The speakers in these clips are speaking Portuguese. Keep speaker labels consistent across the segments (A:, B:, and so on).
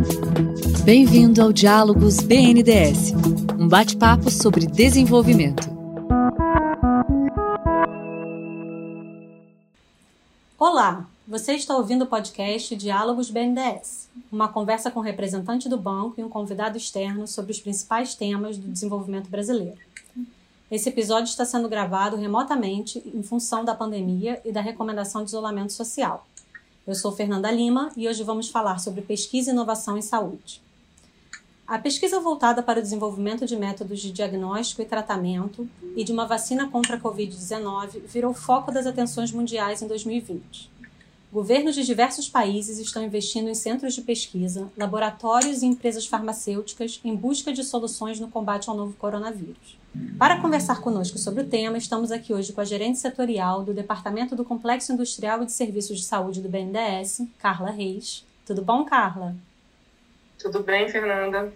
A: Bem-vindo ao Diálogos BNDES, um bate-papo sobre desenvolvimento.
B: Olá, você está ouvindo o podcast Diálogos BNDES, uma conversa com representante do banco e um convidado externo sobre os principais temas do desenvolvimento brasileiro. Esse episódio está sendo gravado remotamente em função da pandemia e da recomendação de isolamento social. Eu sou Fernanda Lima e hoje vamos falar sobre pesquisa e inovação em saúde. A pesquisa voltada para o desenvolvimento de métodos de diagnóstico e tratamento e de uma vacina contra a Covid-19 virou foco das atenções mundiais em 2020. Governos de diversos países estão investindo em centros de pesquisa, laboratórios e empresas farmacêuticas em busca de soluções no combate ao novo coronavírus. Para conversar conosco sobre o tema, estamos aqui hoje com a gerente setorial do Departamento do Complexo Industrial e de Serviços de Saúde do BNDES, Carla Reis. Tudo bom, Carla?
C: Tudo bem, Fernanda.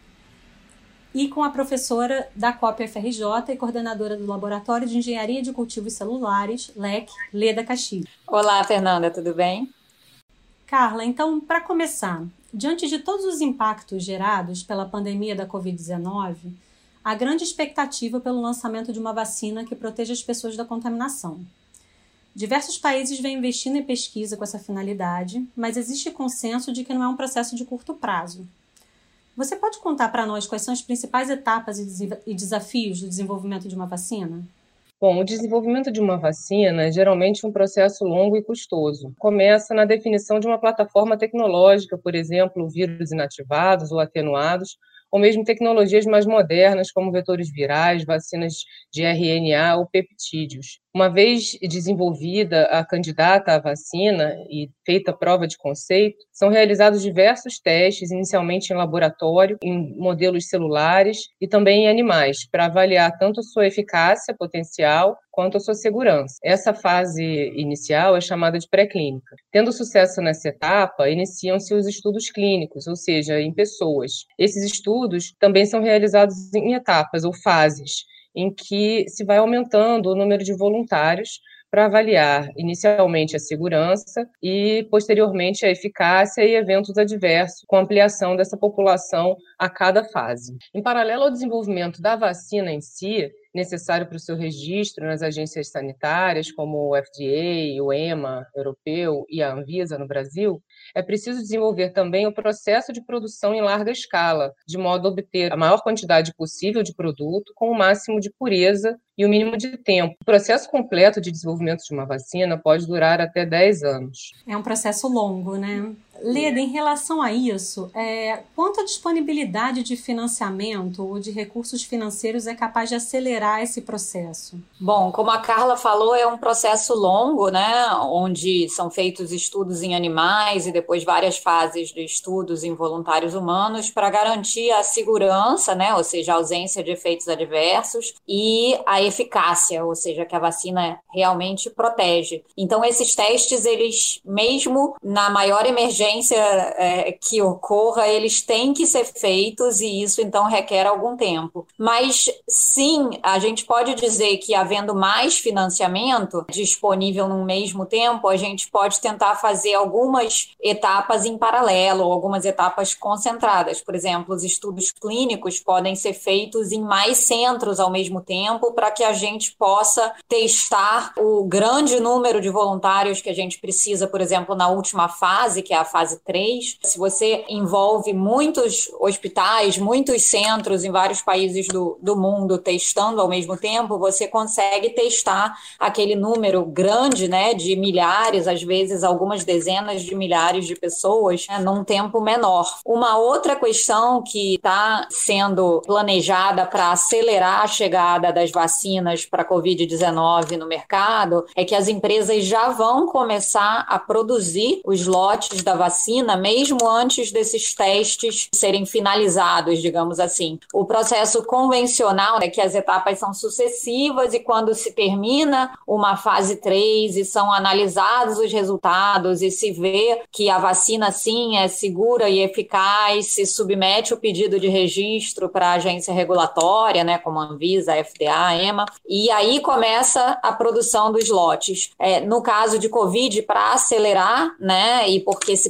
B: E com a professora da COP-UFRJ e coordenadora do Laboratório de Engenharia de Cultivos Celulares, LEC, Leda Castilho.
D: Olá, Fernanda, tudo bem?
B: Carla, então, para começar, diante de todos os impactos gerados pela pandemia da Covid-19, há grande expectativa pelo lançamento de uma vacina que proteja as pessoas da contaminação. Diversos países vêm investindo em pesquisa com essa finalidade, mas existe consenso de que não é um processo de curto prazo. Você pode contar para nós quais são as principais etapas e desafios do desenvolvimento de uma vacina?
C: Bom, o desenvolvimento de uma vacina é geralmente um processo longo e custoso. Começa na definição de uma plataforma tecnológica, por exemplo, vírus inativados ou atenuados, ou mesmo tecnologias mais modernas, como vetores virais, vacinas de RNA ou peptídeos. Uma vez desenvolvida a candidata à vacina e feita a prova de conceito, são realizados diversos testes, inicialmente em laboratório, em modelos celulares e também em animais, para avaliar tanto a sua eficácia potencial quanto a sua segurança. Essa fase inicial é chamada de pré-clínica. Tendo sucesso nessa etapa, iniciam-se os estudos clínicos, ou seja, em pessoas. Esses estudos também são realizados em etapas ou fases, em que se vai aumentando o número de voluntários para avaliar inicialmente a segurança e, posteriormente, a eficácia e eventos adversos, com ampliação dessa população a cada fase. Em paralelo ao desenvolvimento da vacina em si, necessário para o seu registro nas agências sanitárias, como o FDA, o EMA europeu e a Anvisa no Brasil, é preciso desenvolver também o processo de produção em larga escala, de modo a obter a maior quantidade possível de produto com o máximo de pureza e o mínimo de tempo. O processo completo de desenvolvimento de uma vacina pode durar até 10 anos.
B: É um processo longo, né? Leda, em relação a isso, quanto a disponibilidade de financiamento ou de recursos financeiros é capaz de acelerar esse processo?
D: Bom, como a Carla falou, é um processo longo, né? Onde são feitos estudos em animais e depois várias fases de estudos em voluntários humanos para garantir a segurança, né? Ou seja, a ausência de efeitos adversos e a eficácia, ou seja, que a vacina realmente protege. Então, esses testes, eles, mesmo na maior emergência que ocorra, eles têm que ser feitos e isso, então, requer algum tempo. Mas, sim, a gente pode dizer que, havendo mais financiamento disponível no mesmo tempo, a gente pode tentar fazer algumas etapas em paralelo, ou algumas etapas concentradas. Por exemplo, os estudos clínicos podem ser feitos em mais centros ao mesmo tempo para que a gente possa testar o grande número de voluntários que a gente precisa, por exemplo, na última fase, que é a fase 3. Se você envolve muitos hospitais, muitos centros em vários países do mundo testando ao mesmo tempo, você consegue testar aquele número grande, né, de milhares, às vezes algumas dezenas de milhares de pessoas, né, num tempo menor. Uma outra questão que está sendo planejada para acelerar a chegada das vacinas para a Covid-19 no mercado é que as empresas já vão começar a produzir os lotes da vacina mesmo antes desses testes serem finalizados, digamos assim. O processo convencional é que as etapas são sucessivas e quando se termina uma fase 3 e são analisados os resultados e se vê que a vacina sim é segura e eficaz, se submete o pedido de registro para a agência regulatória, né, como a Anvisa, a FDA, a EMA, e aí começa a produção dos lotes. No caso de Covid, para acelerar, né, e porque se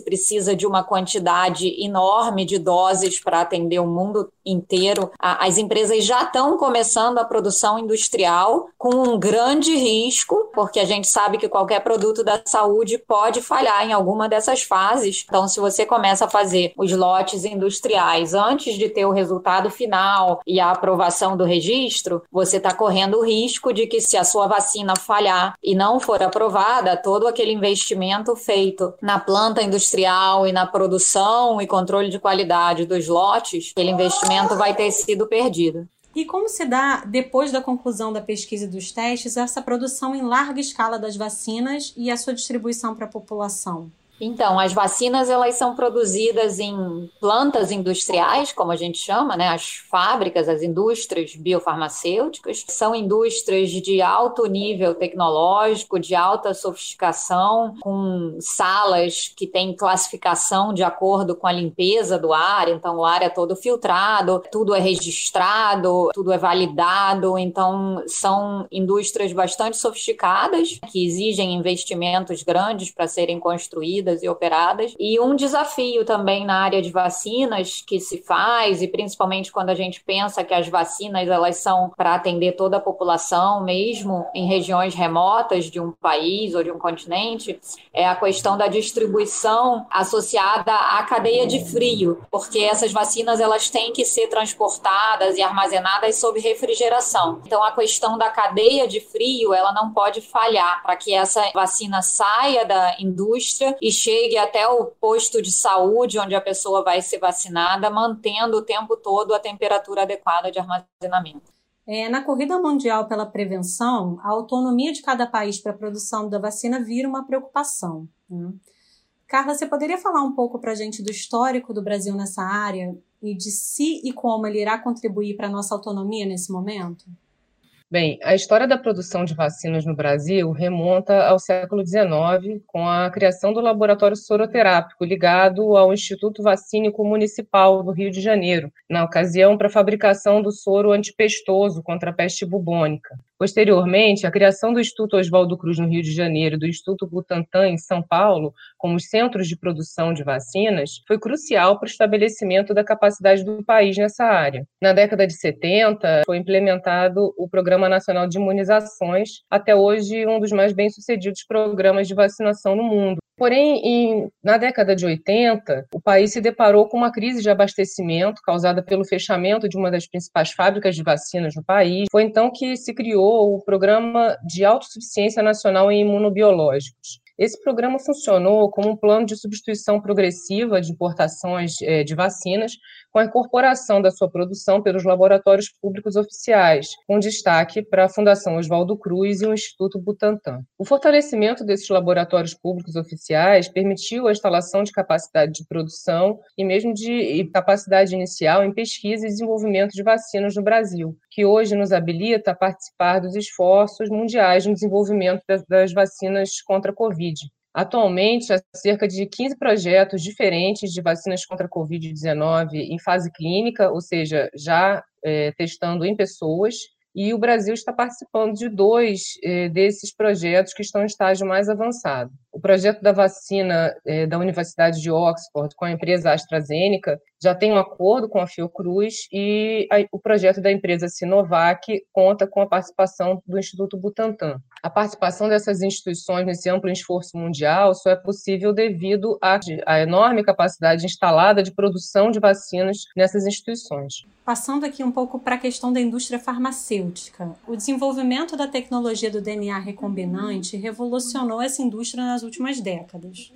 D: precisa de uma quantidade enorme de doses para atender o mundo inteiro. As empresas já estão começando a produção industrial com um grande risco, porque a gente sabe que qualquer produto da saúde pode falhar em alguma dessas fases. Então, se você começa a fazer os lotes industriais antes de ter o resultado final e a aprovação do registro, você está correndo o risco de que, se a sua vacina falhar e não for aprovada, todo aquele investimento feito na planta industrial e na produção e controle de qualidade dos lotes, aquele investimento vai ter sido perdido.
B: E como se dá, depois da conclusão da pesquisa e dos testes, essa produção em larga escala das vacinas e a sua distribuição para a população?
D: Então, as vacinas, elas são produzidas em plantas industriais, como a gente chama, né? As fábricas, as indústrias biofarmacêuticas, são indústrias de alto nível tecnológico, de alta sofisticação, com salas que têm classificação de acordo com a limpeza do ar. Então, o ar é todo filtrado, tudo é registrado, tudo é validado. Então, são indústrias bastante sofisticadas, que exigem investimentos grandes para serem construídas e operadas, e um desafio também na área de vacinas que se faz, e principalmente quando a gente pensa que as vacinas, elas são para atender toda a população, mesmo em regiões remotas de um país ou de um continente, é a questão da distribuição associada à cadeia de frio, porque essas vacinas, elas têm que ser transportadas e armazenadas sob refrigeração. Então, a questão da cadeia de frio, ela não pode falhar para que essa vacina saia da indústria e chegue até o posto de saúde onde a pessoa vai ser vacinada, mantendo o tempo todo a temperatura adequada de armazenamento.
B: Na corrida mundial pela prevenção, a autonomia de cada país para a produção da vacina vira uma preocupação, né? Carla, você poderia falar um pouco para a gente do histórico do Brasil nessa área e de se e como ele irá contribuir para a nossa autonomia nesse momento?
C: Bem, a história da produção de vacinas no Brasil remonta ao século XIX, com a criação do laboratório soroterápico ligado ao Instituto Vacínico Municipal do Rio de Janeiro, na ocasião para a fabricação do soro antipestoso contra a peste bubônica. Posteriormente, a criação do Instituto Oswaldo Cruz no Rio de Janeiro e do Instituto Butantan em São Paulo, como os centros de produção de vacinas, foi crucial para o estabelecimento da capacidade do país nessa área. Na década de 70, foi implementado o Programa Nacional de Imunizações, até hoje um dos mais bem-sucedidos programas de vacinação no mundo. Porém, na década de 80, o país se deparou com uma crise de abastecimento causada pelo fechamento de uma das principais fábricas de vacinas no país. Foi então que se criou o Programa de Autossuficiência Nacional em Imunobiológicos. Esse programa funcionou como um plano de substituição progressiva de importações de vacinas, com a incorporação da sua produção pelos laboratórios públicos oficiais, com destaque para a Fundação Oswaldo Cruz e o Instituto Butantan. O fortalecimento desses laboratórios públicos oficiais permitiu a instalação de capacidade de produção e mesmo de capacidade inicial em pesquisa e desenvolvimento de vacinas no Brasil, que hoje nos habilita a participar dos esforços mundiais no desenvolvimento das vacinas contra a Covid. Atualmente, há cerca de 15 projetos diferentes de vacinas contra a Covid-19 em fase clínica, ou seja, já testando em pessoas, e o Brasil está participando de 2 desses projetos que estão em estágio mais avançado. O projeto da vacina da Universidade de Oxford com a empresa AstraZeneca já tem um acordo com a Fiocruz, e o projeto da empresa Sinovac conta com a participação do Instituto Butantan. A participação dessas instituições nesse amplo esforço mundial só é possível devido à enorme capacidade instalada de produção de vacinas nessas instituições.
B: Passando aqui um pouco para a questão da indústria farmacêutica. O desenvolvimento da tecnologia do DNA recombinante revolucionou essa indústria nas últimas décadas.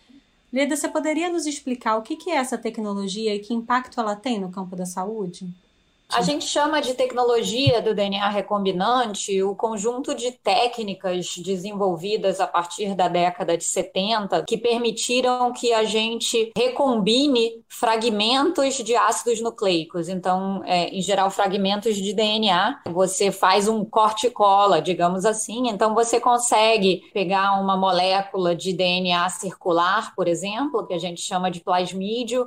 B: Leda, você poderia nos explicar o que é essa tecnologia e que impacto ela tem no campo da saúde?
D: A gente chama de tecnologia do DNA recombinante o conjunto de técnicas desenvolvidas a partir da década de 70 que permitiram que a gente recombine fragmentos de ácidos nucleicos. Então, em geral, fragmentos de DNA. Você faz um corte e cola, digamos assim. Então, você consegue pegar uma molécula de DNA circular, por exemplo, que a gente chama de plasmídio,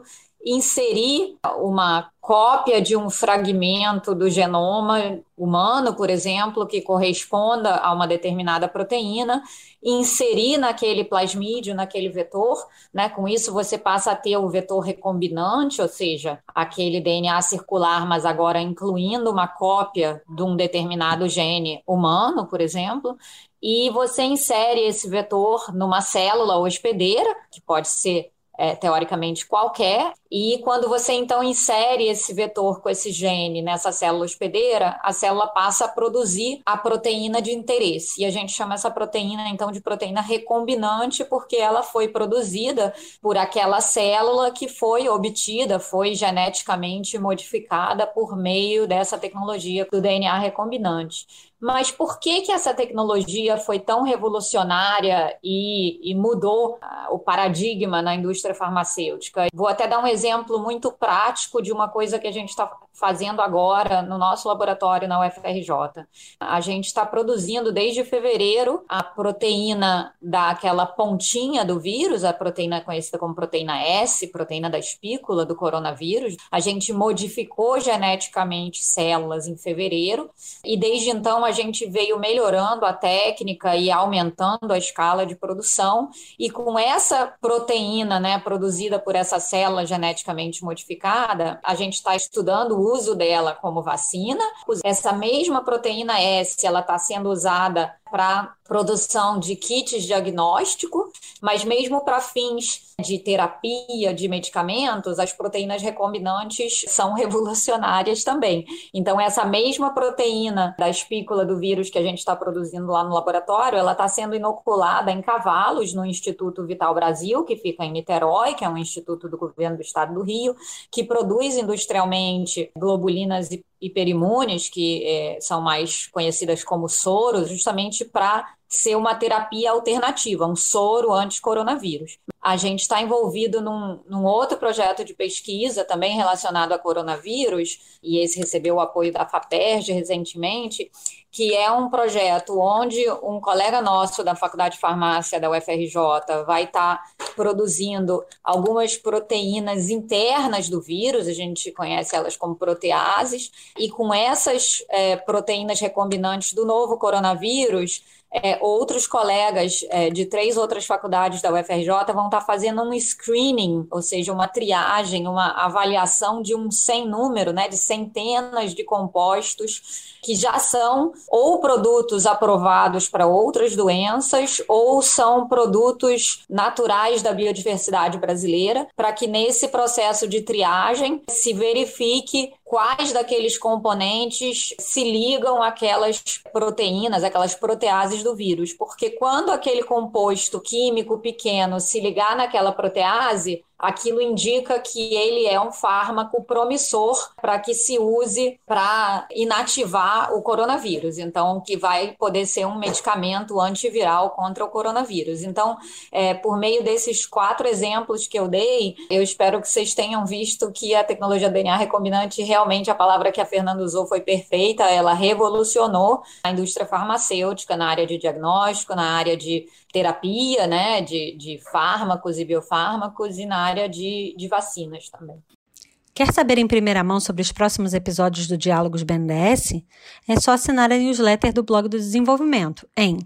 D: inserir uma cópia de um fragmento do genoma humano, por exemplo, que corresponda a uma determinada proteína, inserir naquele plasmídio, naquele vetor, né? Com isso você passa a ter o vetor recombinante, ou seja, aquele DNA circular, mas agora incluindo uma cópia de um determinado gene humano, por exemplo, e você insere esse vetor numa célula hospedeira, que pode ser teoricamente qualquer, e quando você então insere esse vetor com esse gene nessa célula hospedeira, a célula passa a produzir a proteína de interesse, e a gente chama essa proteína então de proteína recombinante, porque ela foi produzida por aquela célula que foi obtida, foi geneticamente modificada por meio dessa tecnologia do DNA recombinante. Mas por que essa tecnologia foi tão revolucionária e mudou o paradigma na indústria farmacêutica? Vou até dar um exemplo muito prático de uma coisa que a gente está fazendo agora no nosso laboratório na UFRJ. A gente está produzindo desde fevereiro a proteína daquela pontinha do vírus, a proteína conhecida como proteína S, proteína da espícula do coronavírus. A gente modificou geneticamente células em fevereiro e desde então a gente veio melhorando a técnica e aumentando a escala de produção, e com essa proteína, né, produzida por essa célula geneticamente modificada, a gente está estudando o uso dela como vacina. Essa mesma proteína S, ela está sendo usada para produção de kits diagnóstico, mas mesmo para fins de terapia, de medicamentos, as proteínas recombinantes são revolucionárias também. Então, essa mesma proteína da espícula do vírus que a gente está produzindo lá no laboratório, ela está sendo inoculada em cavalos no Instituto Vital Brasil, que fica em Niterói, que é um instituto do governo do estado do Rio, que produz industrialmente globulinas hiperimunes, que são mais conhecidas como soros, justamente para ser uma terapia alternativa, um soro anti-coronavírus. A gente está envolvido num outro projeto de pesquisa também relacionado a coronavírus, e esse recebeu o apoio da FAPERJ recentemente, que é um projeto onde um colega nosso da Faculdade de Farmácia da UFRJ vai estar produzindo algumas proteínas internas do vírus, a gente conhece elas como proteases, e com essas proteínas recombinantes do novo coronavírus, outros colegas de 3 outras faculdades da UFRJ vão estar fazendo um screening, ou seja, uma triagem, uma avaliação de um sem número, né, de centenas de compostos que já são ou produtos aprovados para outras doenças ou são produtos naturais da biodiversidade brasileira, para que nesse processo de triagem se verifique quais daqueles componentes se ligam àquelas proteínas, aquelas proteases do vírus. Porque quando aquele composto químico pequeno se ligar naquela protease, aquilo indica que ele é um fármaco promissor para que se use para inativar o coronavírus. Então, que vai poder ser um medicamento antiviral contra o coronavírus. Então, por meio desses 4 exemplos que eu dei, eu espero que vocês tenham visto que a tecnologia DNA recombinante, realmente a palavra que a Fernanda usou foi perfeita, ela revolucionou a indústria farmacêutica na área de diagnóstico, na área de terapia, né, de fármacos e biofármacos e na área de vacinas também.
B: Quer saber em primeira mão sobre os próximos episódios do Diálogos BNDES? É só assinar a newsletter do Blog do Desenvolvimento em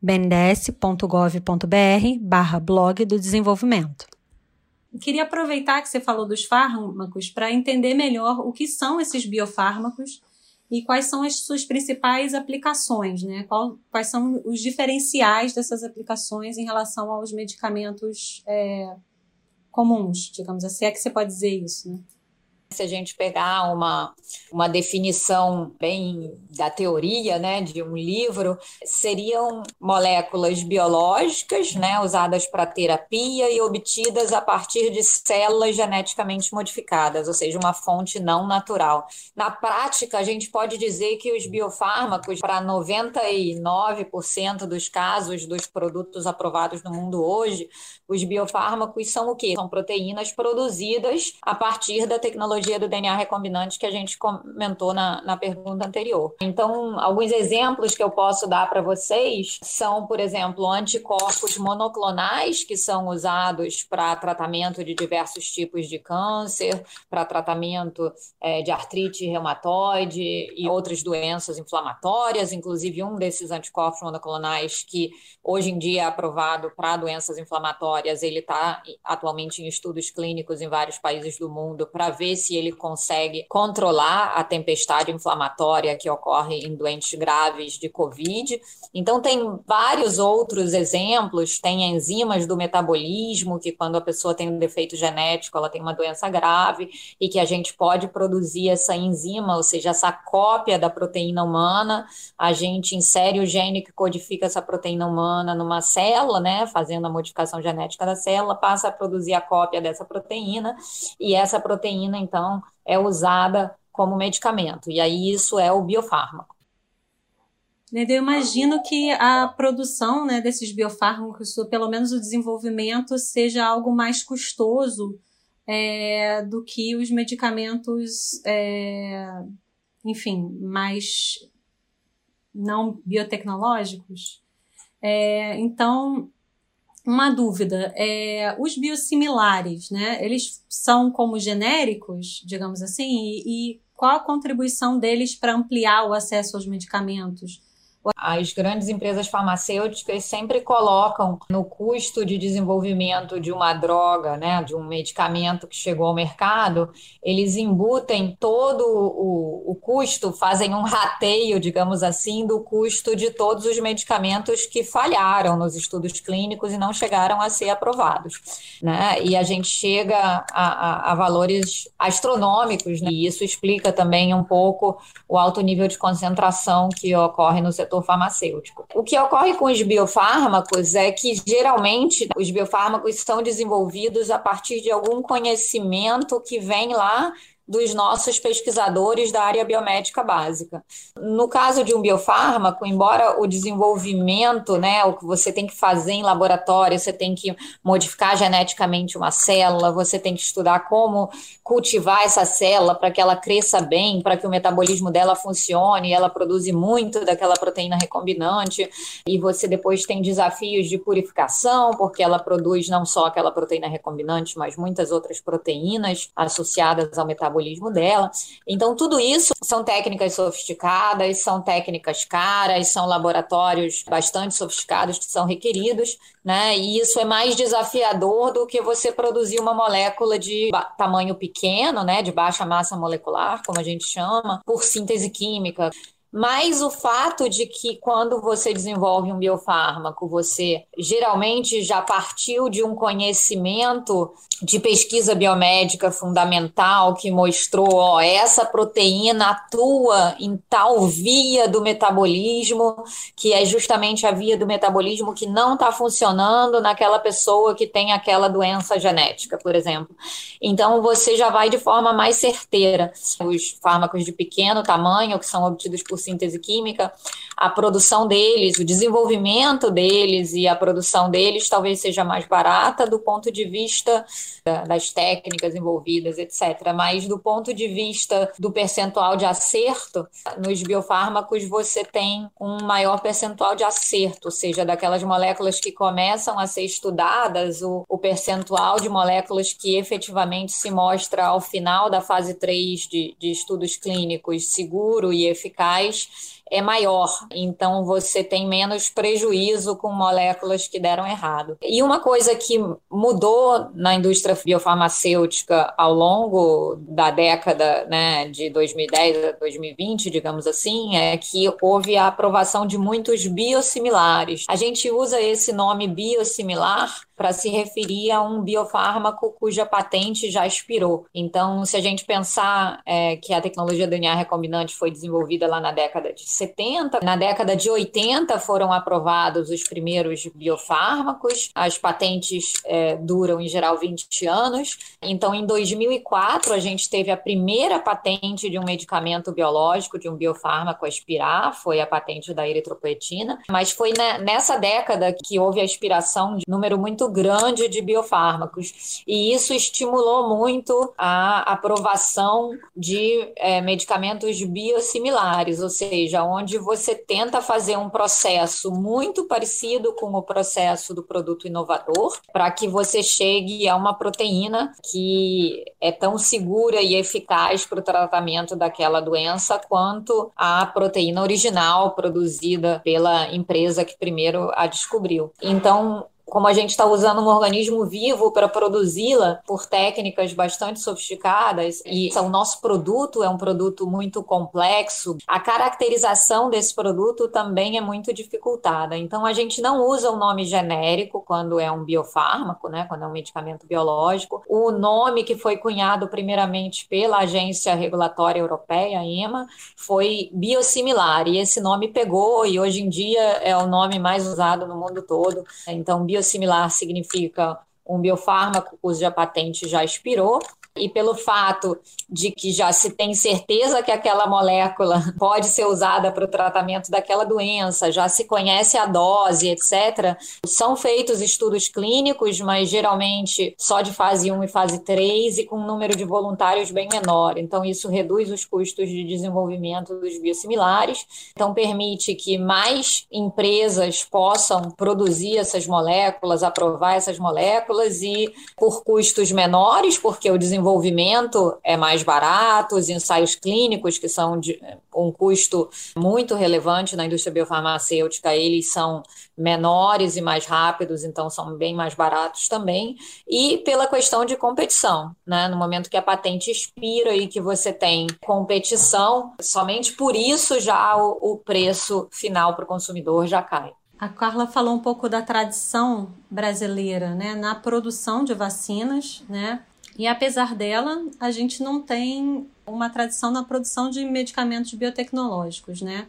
B: bndes.gov.br/blog do desenvolvimento. Queria aproveitar que você falou dos fármacos para entender melhor o que são esses biofármacos e quais são as suas principais aplicações, né? Quais são os diferenciais dessas aplicações em relação aos medicamentos comuns, digamos assim, é que você pode dizer isso, né?
D: Se a gente pegar uma definição bem da teoria, né, de um livro, seriam moléculas biológicas, né, usadas para terapia e obtidas a partir de células geneticamente modificadas, ou seja, uma fonte não natural. Na prática, a gente pode dizer que os biofármacos, para 99% dos casos dos produtos aprovados no mundo hoje, os biofármacos são o quê? São proteínas produzidas a partir da tecnologia tecnologia do DNA recombinante que a gente comentou na pergunta anterior. Então, alguns exemplos que eu posso dar para vocês são, por exemplo, anticorpos monoclonais, que são usados para tratamento de diversos tipos de câncer, para tratamento de artrite reumatoide e outras doenças inflamatórias, inclusive um desses anticorpos monoclonais que hoje em dia é aprovado para doenças inflamatórias, ele está atualmente em estudos clínicos em vários países do mundo para ver se ele consegue controlar a tempestade inflamatória que ocorre em doentes graves de COVID. Então, tem vários outros exemplos, tem enzimas do metabolismo, que quando a pessoa tem um defeito genético, ela tem uma doença grave, e que a gente pode produzir essa enzima, ou seja, essa cópia da proteína humana, a gente insere o gene que codifica essa proteína humana numa célula, né, fazendo a modificação genética da célula, passa a produzir a cópia dessa proteína, e essa proteína, então, é usada como medicamento, e aí isso é o biofármaco.
B: Eu imagino que a produção, né, desses biofármacos, ou pelo menos o desenvolvimento, seja algo mais custoso do que os medicamentos, enfim, mais não biotecnológicos. Então, uma dúvida, os biosimilares, né, eles são como genéricos, digamos assim, e qual a contribuição deles para ampliar o acesso aos medicamentos?
D: As grandes empresas farmacêuticas sempre colocam no custo de desenvolvimento de uma droga, né, de um medicamento que chegou ao mercado, eles embutem todo o custo, fazem um rateio, digamos assim, do custo de todos os medicamentos que falharam nos estudos clínicos e não chegaram a ser aprovados, né? E a gente chega a valores astronômicos, né? E isso explica também um pouco o alto nível de concentração que ocorre no setor farmacêutico. O que ocorre com os biofármacos é que, geralmente, os biofármacos são desenvolvidos a partir de algum conhecimento que vem lá dos nossos pesquisadores da área biomédica básica. No caso de um biofármaco, embora o desenvolvimento, né, o que você tem que fazer em laboratório, você tem que modificar geneticamente uma célula, você tem que estudar como cultivar essa célula para que ela cresça bem, para que o metabolismo dela funcione, e ela produz muito daquela proteína recombinante, e você depois tem desafios de purificação, porque ela produz não só aquela proteína recombinante, mas muitas outras proteínas associadas ao metabolismo dela. Então, tudo isso são técnicas sofisticadas, são técnicas caras, são laboratórios bastante sofisticados que são requeridos, né? E isso é mais desafiador do que você produzir uma molécula de tamanho pequeno, né? De baixa massa molecular, como a gente chama, por síntese química. Mas o fato de que quando você desenvolve um biofármaco, você geralmente já partiu de um conhecimento de pesquisa biomédica fundamental que mostrou, essa proteína atua em tal via do metabolismo, que é justamente a via do metabolismo que não está funcionando naquela pessoa que tem aquela doença genética, por exemplo. Então, você já vai de forma mais certeira. Os fármacos de pequeno tamanho, que são obtidos por síntese química, a produção deles, o desenvolvimento deles e a produção deles talvez seja mais barata do ponto de vista das técnicas envolvidas, etc. Mas do ponto de vista do percentual de acerto, nos biofármacos você tem um maior percentual de acerto, ou seja, daquelas moléculas que começam a ser estudadas, o percentual de moléculas que efetivamente se mostra ao final da fase 3 de estudos clínicos seguro e eficaz é maior, então você tem menos prejuízo com moléculas que deram errado. E uma coisa que mudou na indústria biofarmacêutica ao longo da década, né, de 2010 a 2020, digamos assim, é que houve a aprovação de muitos biosimilares. A gente usa esse nome biosimilar para se referir a um biofármaco cuja patente já expirou. Então, se a gente pensar que a tecnologia do DNA recombinante foi desenvolvida lá na década de 70. Na década de 80 foram aprovados os primeiros biofármacos. As patentes duram, em geral, 20 anos. Então, em 2004, a gente teve a primeira patente de um medicamento biológico, de um biofármaco a expirar, foi a patente da eritropoetina. Mas foi nessa década que houve a expiração de um número muito grande de biofármacos. E isso estimulou muito a aprovação de medicamentos biosimilares, ou seja, onde você tenta fazer um processo muito parecido com o processo do produto inovador, para que você chegue a uma proteína que é tão segura e eficaz para o tratamento daquela doença quanto a proteína original produzida pela empresa que primeiro a descobriu. Então, como a gente está usando um organismo vivo para produzi-la por técnicas bastante sofisticadas e o nosso produto é um produto muito complexo, a caracterização desse produto também é muito dificultada. Então, a gente não usa o nome genérico quando é um biofármaco, né, quando é um medicamento biológico. O nome que foi cunhado primeiramente pela Agência Regulatória Europeia, a EMA, foi biosimilar, e esse nome pegou e hoje em dia é o nome mais usado no mundo todo. Então, biosimilar significa um biofármaco cuja patente já expirou, e pelo fato de que já se tem certeza que aquela molécula pode ser usada para o tratamento daquela doença, já se conhece a dose, etc., são feitos estudos clínicos, mas geralmente só de fase 1 e fase 3 e com um número de voluntários bem menor. Então, isso reduz os custos de desenvolvimento dos biosimilares, então permite que mais empresas possam produzir essas moléculas, aprovar essas moléculas e por custos menores, porque o desenvolvimento é mais barato, os ensaios clínicos, que são de um custo muito relevante na indústria biofarmacêutica, eles são menores e mais rápidos, então são bem mais baratos também, e pela questão de competição, né? No momento que a patente expira e que você tem competição, somente por isso já o preço final para o consumidor já cai.
B: A Carla falou um pouco da tradição brasileira, né, na produção de vacinas, né? E apesar dela, a gente não tem uma tradição na produção de medicamentos biotecnológicos, né?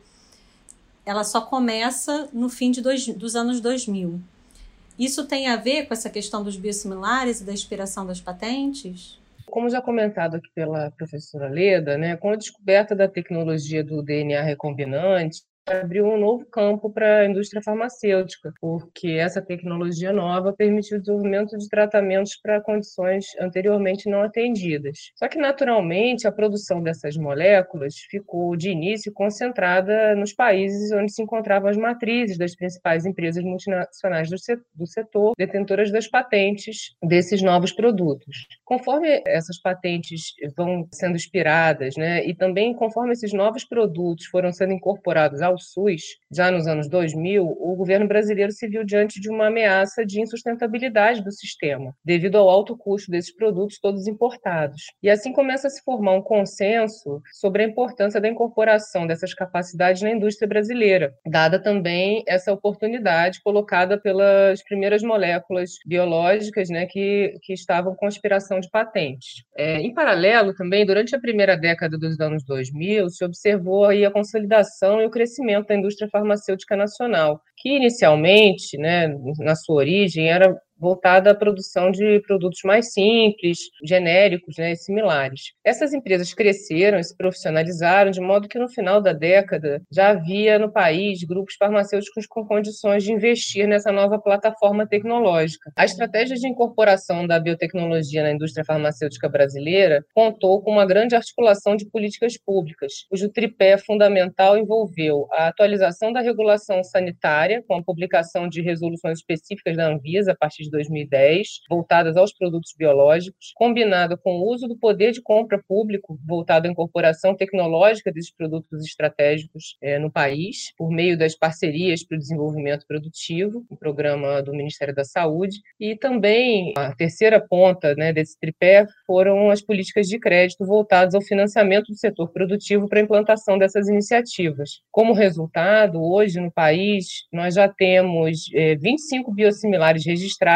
B: Ela só começa no fim dos anos 2000. Isso tem a ver com essa questão dos biosimilares e da expiração das patentes?
C: Como já comentado aqui pela professora Leda, né, com a descoberta da tecnologia do DNA recombinante, abriu um novo campo para a indústria farmacêutica, porque essa tecnologia nova permitiu o desenvolvimento de tratamentos para condições anteriormente não atendidas. Só que, naturalmente, a produção dessas moléculas ficou, de início, concentrada nos países onde se encontravam as matrizes das principais empresas multinacionais do setor, detentoras das patentes desses novos produtos. Conforme essas patentes vão sendo expiradas, né, e também conforme esses novos produtos foram sendo incorporados ao SUS, já nos anos 2000, o governo brasileiro se viu diante de uma ameaça de insustentabilidade do sistema, devido ao alto custo desses produtos todos importados. E assim começa a se formar um consenso sobre a importância da incorporação dessas capacidades na indústria brasileira, dada também essa oportunidade colocada pelas primeiras moléculas biológicas, né, que estavam com expiração de patentes. Em paralelo, também, durante a primeira década dos anos 2000, se observou aí a consolidação e o crescimento da indústria farmacêutica nacional, que inicialmente, né, na sua origem, era voltada à produção de produtos mais simples, genéricos, né, e similares. Essas empresas cresceram e se profissionalizaram, de modo que no final da década já havia no país grupos farmacêuticos com condições de investir nessa nova plataforma tecnológica. A estratégia de incorporação da biotecnologia na indústria farmacêutica brasileira contou com uma grande articulação de políticas públicas, cujo tripé fundamental envolveu a atualização da regulação sanitária, com a publicação de resoluções específicas da Anvisa a partir de 2010, voltadas aos produtos biológicos, combinado com o uso do poder de compra público voltado à incorporação tecnológica desses produtos estratégicos no país, por meio das parcerias para o desenvolvimento produtivo, o programa do Ministério da Saúde, e também a terceira ponta, né, desse tripé foram as políticas de crédito voltadas ao financiamento do setor produtivo para a implantação dessas iniciativas. Como resultado, hoje no país, nós já temos 25 biosimilares registrados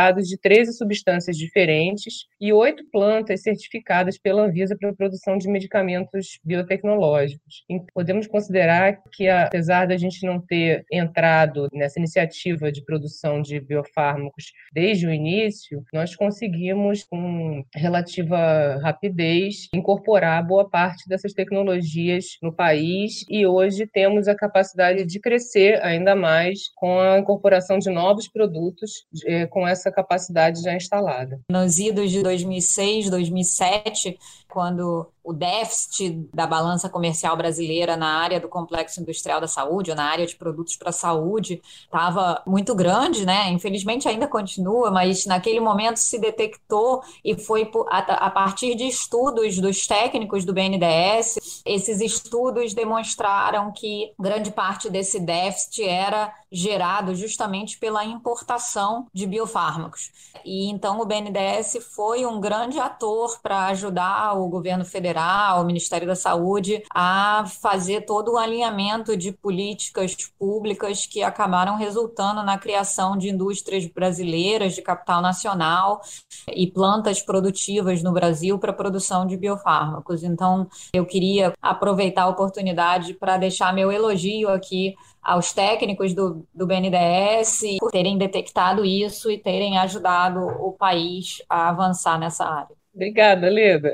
C: certificados de 13 substâncias diferentes e 8 plantas certificadas pela Anvisa para a produção de medicamentos biotecnológicos. Podemos considerar que, apesar da gente não ter entrado nessa iniciativa de produção de biofármacos desde o início, nós conseguimos, com relativa rapidez, incorporar boa parte dessas tecnologias no país e hoje temos a capacidade de crescer ainda mais com a incorporação de novos produtos com essa capacidade já instalada.
D: Nos idos de 2006, 2007, quando o déficit da balança comercial brasileira na área do complexo industrial da saúde, ou na área de produtos para a saúde, estava muito grande, né? Infelizmente ainda continua, mas naquele momento se detectou e foi a partir de estudos dos técnicos do BNDES. Esses estudos demonstraram que grande parte desse déficit era gerado justamente pela importação de biofármacos. E então o BNDES foi um grande ator para ajudar o governo federal, o Ministério da Saúde, a fazer todo o alinhamento de políticas públicas que acabaram resultando na criação de indústrias brasileiras de capital nacional e plantas produtivas no Brasil para a produção de biofármacos. Então, eu queria aproveitar a oportunidade para deixar meu elogio aqui aos técnicos do BNDES por terem detectado isso e terem ajudado o país a avançar nessa área.
C: Obrigada, Leda.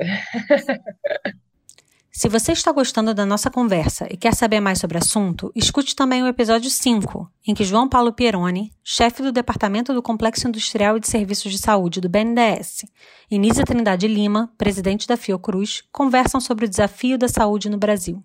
B: Se você está gostando da nossa conversa e quer saber mais sobre o assunto, escute também o episódio 5, em que João Paulo Pieroni, chefe do Departamento do Complexo Industrial e de Serviços de Saúde do BNDES, e Nízia Trindade Lima, presidente da Fiocruz, conversam sobre o desafio da saúde no Brasil.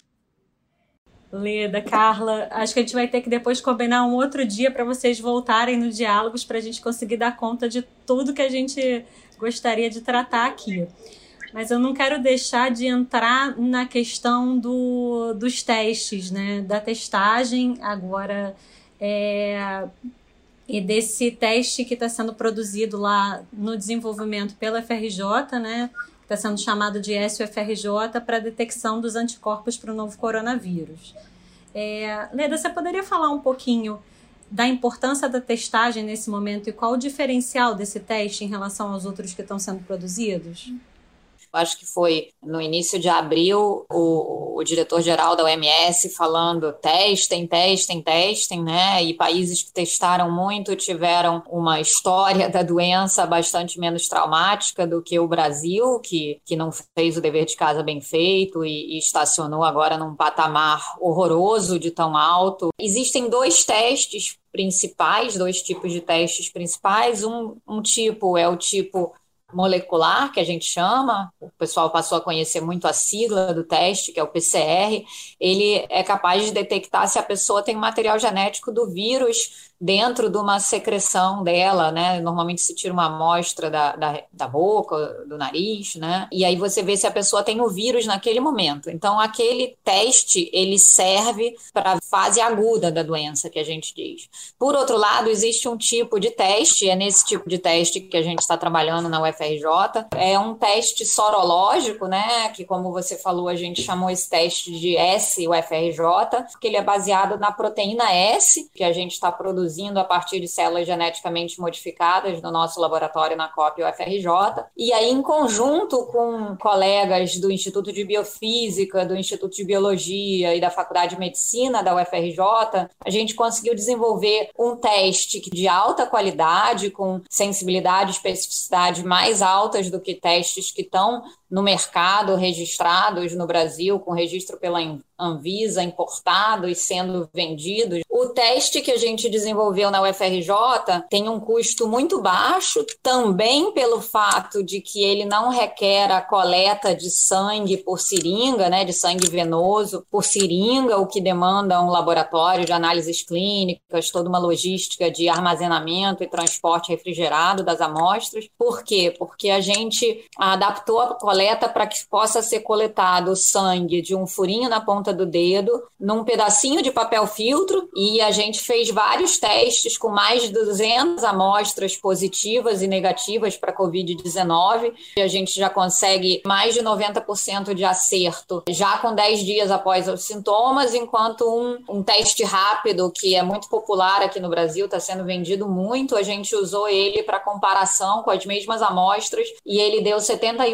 B: Leda, Carla, acho que a gente vai ter que depois combinar um outro dia para vocês voltarem no Diálogos para a gente conseguir dar conta de tudo que a gente gostaria de tratar aqui. Mas eu não quero deixar de entrar na questão dos testes, né? Da testagem agora e desse teste que está sendo produzido lá no desenvolvimento pela FRJ, né? Está sendo chamado de SUFRJ para a detecção dos anticorpos para o novo coronavírus. Leda, você poderia falar um pouquinho da importância da testagem nesse momento e qual o diferencial desse teste em relação aos outros que estão sendo produzidos?
D: Acho que foi no início de abril o diretor-geral da OMS falando testem, né? E países que testaram muito tiveram uma história da doença bastante menos traumática do que o Brasil, que não fez o dever de casa bem feito e estacionou agora num patamar horroroso de tão alto. Existem dois testes principais, dois tipos de testes principais. Um tipo é o tipo molecular, que a gente chama, o pessoal passou a conhecer muito a sigla do teste, que é o PCR. Ele é capaz de detectar se a pessoa tem material genético do vírus dentro de uma secreção dela, né? Normalmente se tira uma amostra da boca, do nariz, né? E aí você vê se a pessoa tem o vírus naquele momento. Então, aquele teste, ele serve para a fase aguda da doença, que a gente diz. Por outro lado, existe um tipo de teste, é nesse tipo de teste que a gente está trabalhando na UFRJ, é um teste sorológico, né? Que, como você falou, a gente chamou esse teste de S-UFRJ, porque ele é baseado na proteína S, que a gente está produzindo a partir de células geneticamente modificadas no nosso laboratório na COP UFRJ. E aí, em conjunto com colegas do Instituto de Biofísica, do Instituto de Biologia e da Faculdade de Medicina da UFRJ, a gente conseguiu desenvolver um teste de alta qualidade, com sensibilidade e especificidade mais altas do que testes que estão no mercado, registrados no Brasil, com registro pela Anvisa, importados e sendo vendidos. O teste que a gente desenvolveu na UFRJ tem um custo muito baixo, também pelo fato de que ele não requer a coleta de sangue por seringa, né, de sangue venoso por seringa, o que demanda um laboratório de análises clínicas, toda uma logística de armazenamento e transporte refrigerado das amostras. Por quê? porque a gente adaptou a coleta para que possa ser coletado o sangue de um furinho na ponta do dedo, num pedacinho de papel filtro, e a gente fez vários testes com mais de 200 amostras positivas e negativas para Covid-19. A gente já consegue mais de 90% de acerto já com 10 dias após os sintomas, enquanto um teste rápido, que é muito popular aqui no Brasil, está sendo vendido muito, a gente usou ele para comparação com as mesmas amostras e ele deu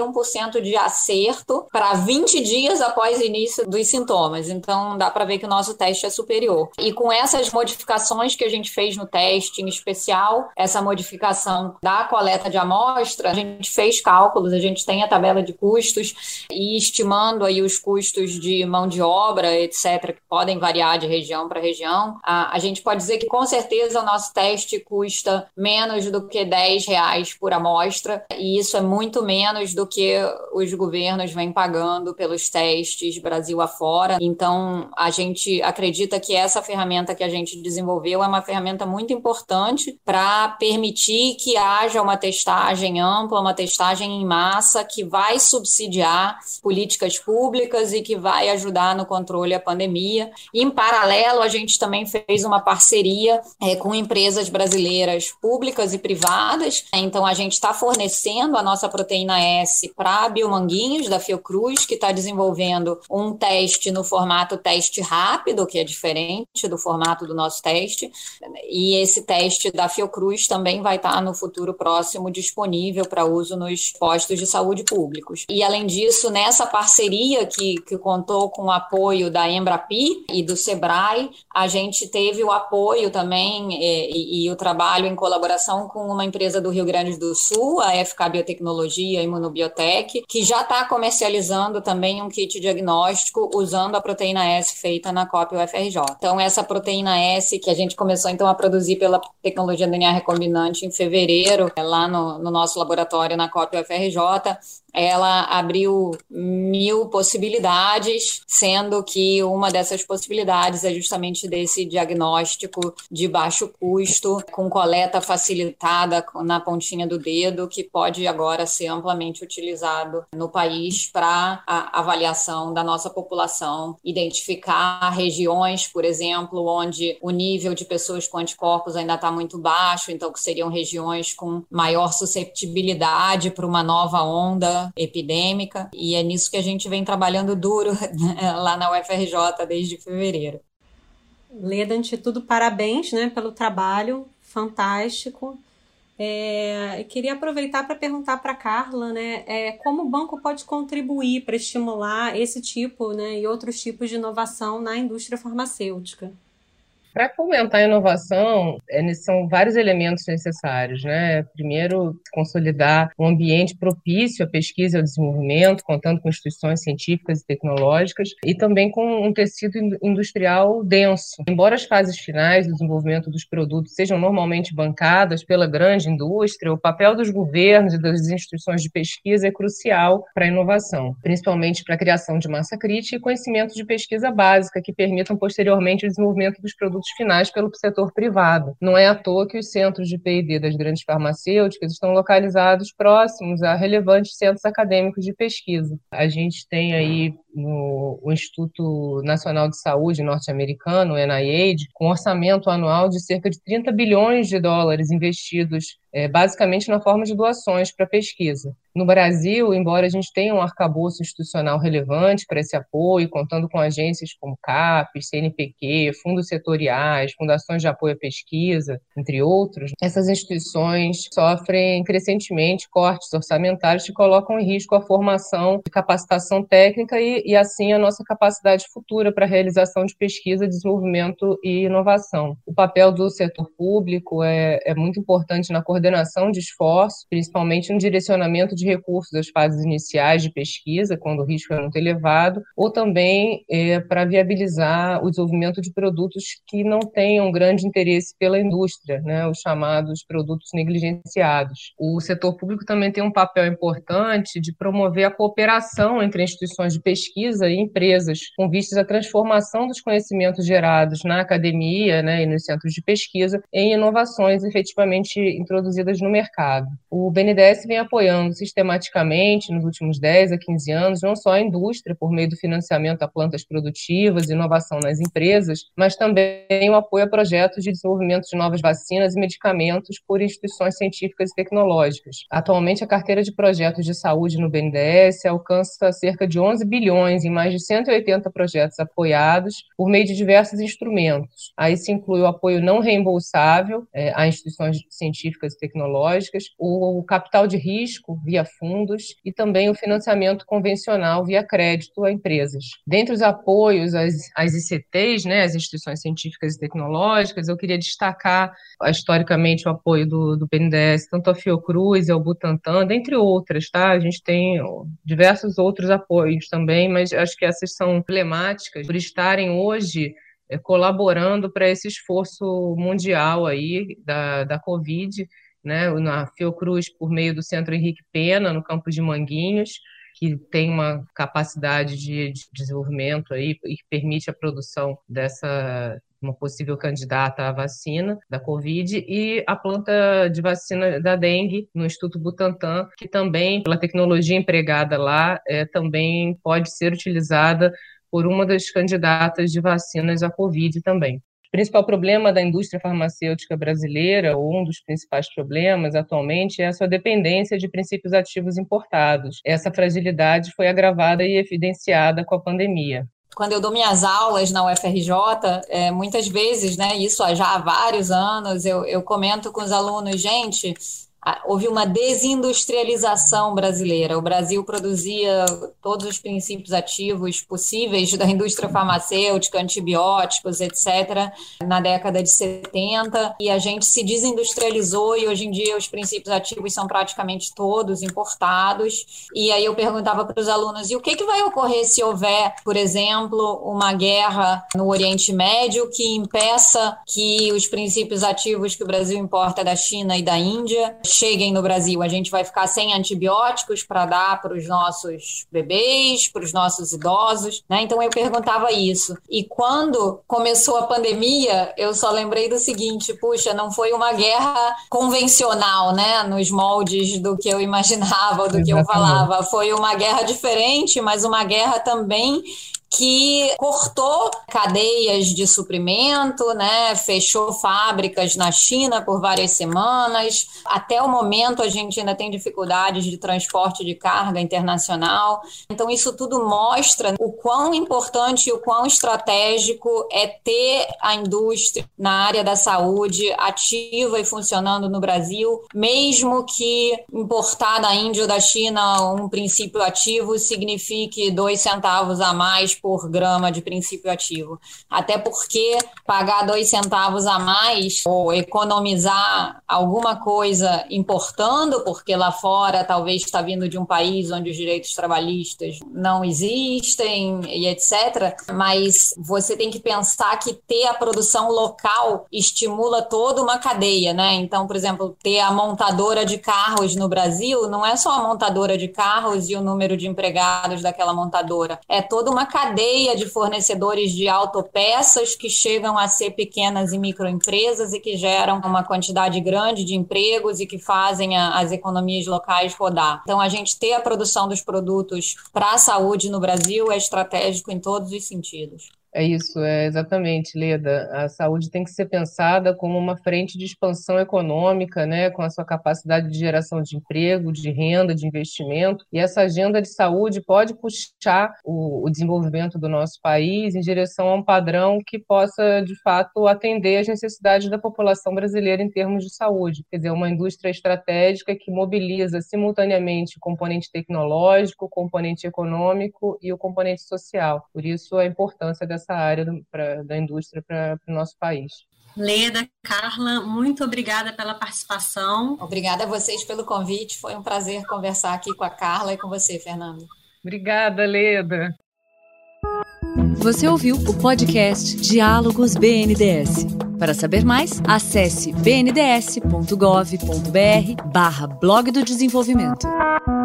D: 71% de acerto para 20 dias após o início dos sintomas. Então, dá para ver que o nosso teste é superior. E com essas modificações que a gente fez no teste, em especial essa modificação da coleta de amostra, a gente fez cálculos, a gente tem a tabela de custos e estimando aí os custos de mão de obra, etc., que podem variar de região para região, a gente pode dizer que com certeza o nosso teste custa menos do que R$10 por amostra, e isso é muito menos do que os governos vêm pagando pelos testes Brasil afora. Então, a gente acredita que essa ferramenta que a gente desenvolveu é uma ferramenta muito importante para permitir que haja uma testagem ampla, uma testagem em massa que vai subsidiar políticas públicas e que vai ajudar no controle da pandemia. E, em paralelo, a gente também fez uma parceria com empresas brasileiras públicas e privadas. Então, a gente está fornecendo a nossa proteína S para a Biomanguinhos, da Fiocruz, que está desenvolvendo um teste no formato teste rápido, que é diferente do formato do nosso teste. E esse teste da Fiocruz também vai estar no futuro próximo disponível para uso nos postos de saúde públicos. E, além disso, nessa parceria que contou com o apoio da Embrapi e do Sebrae, a gente teve o apoio também e o trabalho em colaboração com uma empresa do Rio Grande do Sul, a FK Biotecnologia Imunobiotec, que já está comercializando também um kit diagnóstico usando a proteína S feita na COP UFRJ. Então, essa proteína S que a gente começou então a produzir pela tecnologia DNA recombinante em fevereiro, lá no nosso laboratório na COP UFRJ, ela abriu 1000 possibilidades, sendo que uma dessas possibilidades é justamente desse diagnóstico de baixo custo, com coleta facilitada na pontinha do dedo, que pode agora ser amplamente utilizado no país para a avaliação da nossa população, identificar regiões, por exemplo, onde o nível de pessoas com anticorpos ainda está muito baixo, então que seriam regiões com maior susceptibilidade para uma nova onda epidêmica, e é nisso que a gente vem trabalhando duro lá na UFRJ desde fevereiro.
B: Leda, antes de tudo, parabéns, né, pelo trabalho fantástico. Eu queria aproveitar para perguntar para a Carla, né, como o banco pode contribuir para estimular esse tipo, né, e outros tipos de inovação na indústria farmacêutica.
C: Para fomentar a inovação, são vários elementos necessários, né? Primeiro, consolidar um ambiente propício à pesquisa e ao desenvolvimento, contando com instituições científicas e tecnológicas, e também com um tecido industrial denso. Embora as fases finais do desenvolvimento dos produtos sejam normalmente bancadas pela grande indústria, o papel dos governos e das instituições de pesquisa é crucial para a inovação, principalmente para a criação de massa crítica e conhecimento de pesquisa básica que permitam posteriormente o desenvolvimento dos produtos finais pelo setor privado. Não é à toa que os centros de P&D das grandes farmacêuticas estão localizados próximos a relevantes centros acadêmicos de pesquisa. A gente tem aí o Instituto Nacional de Saúde norte-americano, o NIH, com um orçamento anual de cerca de 30 bilhões de dólares investidos basicamente na forma de doações para pesquisa. No Brasil, embora a gente tenha um arcabouço institucional relevante para esse apoio, contando com agências como CAPES, CNPq, fundos setoriais, fundações de apoio à pesquisa, entre outros, essas instituições sofrem crescentemente cortes orçamentários que colocam em risco a formação de capacitação técnica e assim, a nossa capacidade futura para a realização de pesquisa, desenvolvimento e inovação. O papel do setor público é muito importante na coordenação de esforços, principalmente no direcionamento de recursos às fases iniciais de pesquisa, quando o risco é muito elevado, ou também para viabilizar o desenvolvimento de produtos que não tenham grande interesse pela indústria, né, os chamados produtos negligenciados. O setor público também tem um papel importante de promover a cooperação entre instituições de pesquisa e empresas, com vistas à transformação dos conhecimentos gerados na academia, né, e nos centros de pesquisa em inovações efetivamente introduzidas produzidas no mercado. O BNDES vem apoiando sistematicamente, nos últimos 10 a 15 anos, não só a indústria, por meio do financiamento a plantas produtivas, inovação nas empresas, mas também o apoio a projetos de desenvolvimento de novas vacinas e medicamentos por instituições científicas e tecnológicas. Atualmente, a carteira de projetos de saúde no BNDES alcança cerca de 11 bilhões em mais de 180 projetos apoiados por meio de diversos instrumentos. Aí se inclui o apoio não reembolsável a instituições científicas e tecnológicas, o capital de risco via fundos e também o financiamento convencional via crédito a empresas. Dentre os apoios às ICTs, né, as instituições científicas e tecnológicas, eu queria destacar historicamente o apoio do BNDES, tanto à Fiocruz e ao Butantan, dentre outras, tá? A gente tem diversos outros apoios também, mas acho que essas são emblemáticas por estarem hoje colaborando para esse esforço mundial aí da Covid, né? Na Fiocruz, por meio do Centro Henrique Pena, no Campo de Manguinhos, que tem uma capacidade de desenvolvimento aí e que permite a produção uma possível candidata à vacina da Covid, e a planta de vacina da dengue no Instituto Butantan, que também, pela tecnologia empregada lá, também pode ser utilizada por uma das candidatas de vacinas à Covid também. O principal problema da indústria farmacêutica brasileira, ou um dos principais problemas atualmente, é a sua dependência de princípios ativos importados. Essa fragilidade foi agravada e evidenciada com a pandemia.
D: Quando eu dou minhas aulas na UFRJ, muitas vezes, né, isso já há vários anos, eu comento com os alunos, gente, houve uma desindustrialização brasileira. O Brasil produzia todos os princípios ativos possíveis da indústria farmacêutica, antibióticos, etc., na década de 70, e a gente se desindustrializou e hoje em dia os princípios ativos são praticamente todos importados. E aí eu perguntava para os alunos, e o que vai ocorrer se houver, por exemplo, uma guerra no Oriente Médio que impeça que os princípios ativos que o Brasil importa da China e da Índia cheguem no Brasil? A gente vai ficar sem antibióticos para dar para os nossos bebês, para os nossos idosos, né? Então eu perguntava isso. E quando começou a pandemia, eu só lembrei do seguinte, puxa, não foi uma guerra convencional, né? Nos moldes do que eu imaginava, do que eu falava. Foi uma guerra diferente, mas uma guerra também que cortou cadeias de suprimento, né? Fechou fábricas na China por várias semanas. Até o momento a gente ainda tem dificuldades de transporte de carga internacional. Então isso tudo mostra o quão importante e o quão estratégico é ter a indústria na área da saúde ativa e funcionando no Brasil, mesmo que importar da Índia ou da China um princípio ativo signifique 2 centavos a mais por grama de princípio ativo. Até porque pagar 2 centavos a mais ou economizar alguma coisa importando, porque lá fora talvez está vindo de um país onde os direitos trabalhistas não existem e etc. Mas você tem que pensar que ter a produção local estimula toda uma cadeia, né? Então, por exemplo, ter a montadora de carros no Brasil não é só a montadora de carros e o número de empregados daquela montadora. É toda uma cadeia de fornecedores de autopeças que chegam a ser pequenas e microempresas e que geram uma quantidade grande de empregos e que fazem as economias locais rodar. Então, a gente ter a produção dos produtos para a saúde no Brasil é estratégico em todos os sentidos.
C: É isso, exatamente, Leda. A saúde tem que ser pensada como uma frente de expansão econômica, né, com a sua capacidade de geração de emprego, de renda, de investimento. E essa agenda de saúde pode puxar o desenvolvimento do nosso país em direção a um padrão que possa, de fato, atender às necessidades da população brasileira em termos de saúde. Quer dizer, uma indústria estratégica que mobiliza simultaneamente o componente tecnológico, o componente econômico e o componente social. Por isso, a importância dessa área da indústria para o nosso país.
B: Leda, Carla, muito obrigada pela participação.
D: Obrigada a vocês pelo convite, foi um prazer conversar aqui com a Carla e com você, Fernanda.
C: Obrigada, Leda.
A: Você ouviu o podcast Diálogos BNDES. Para saber mais, acesse bnds.gov.br/blog do desenvolvimento.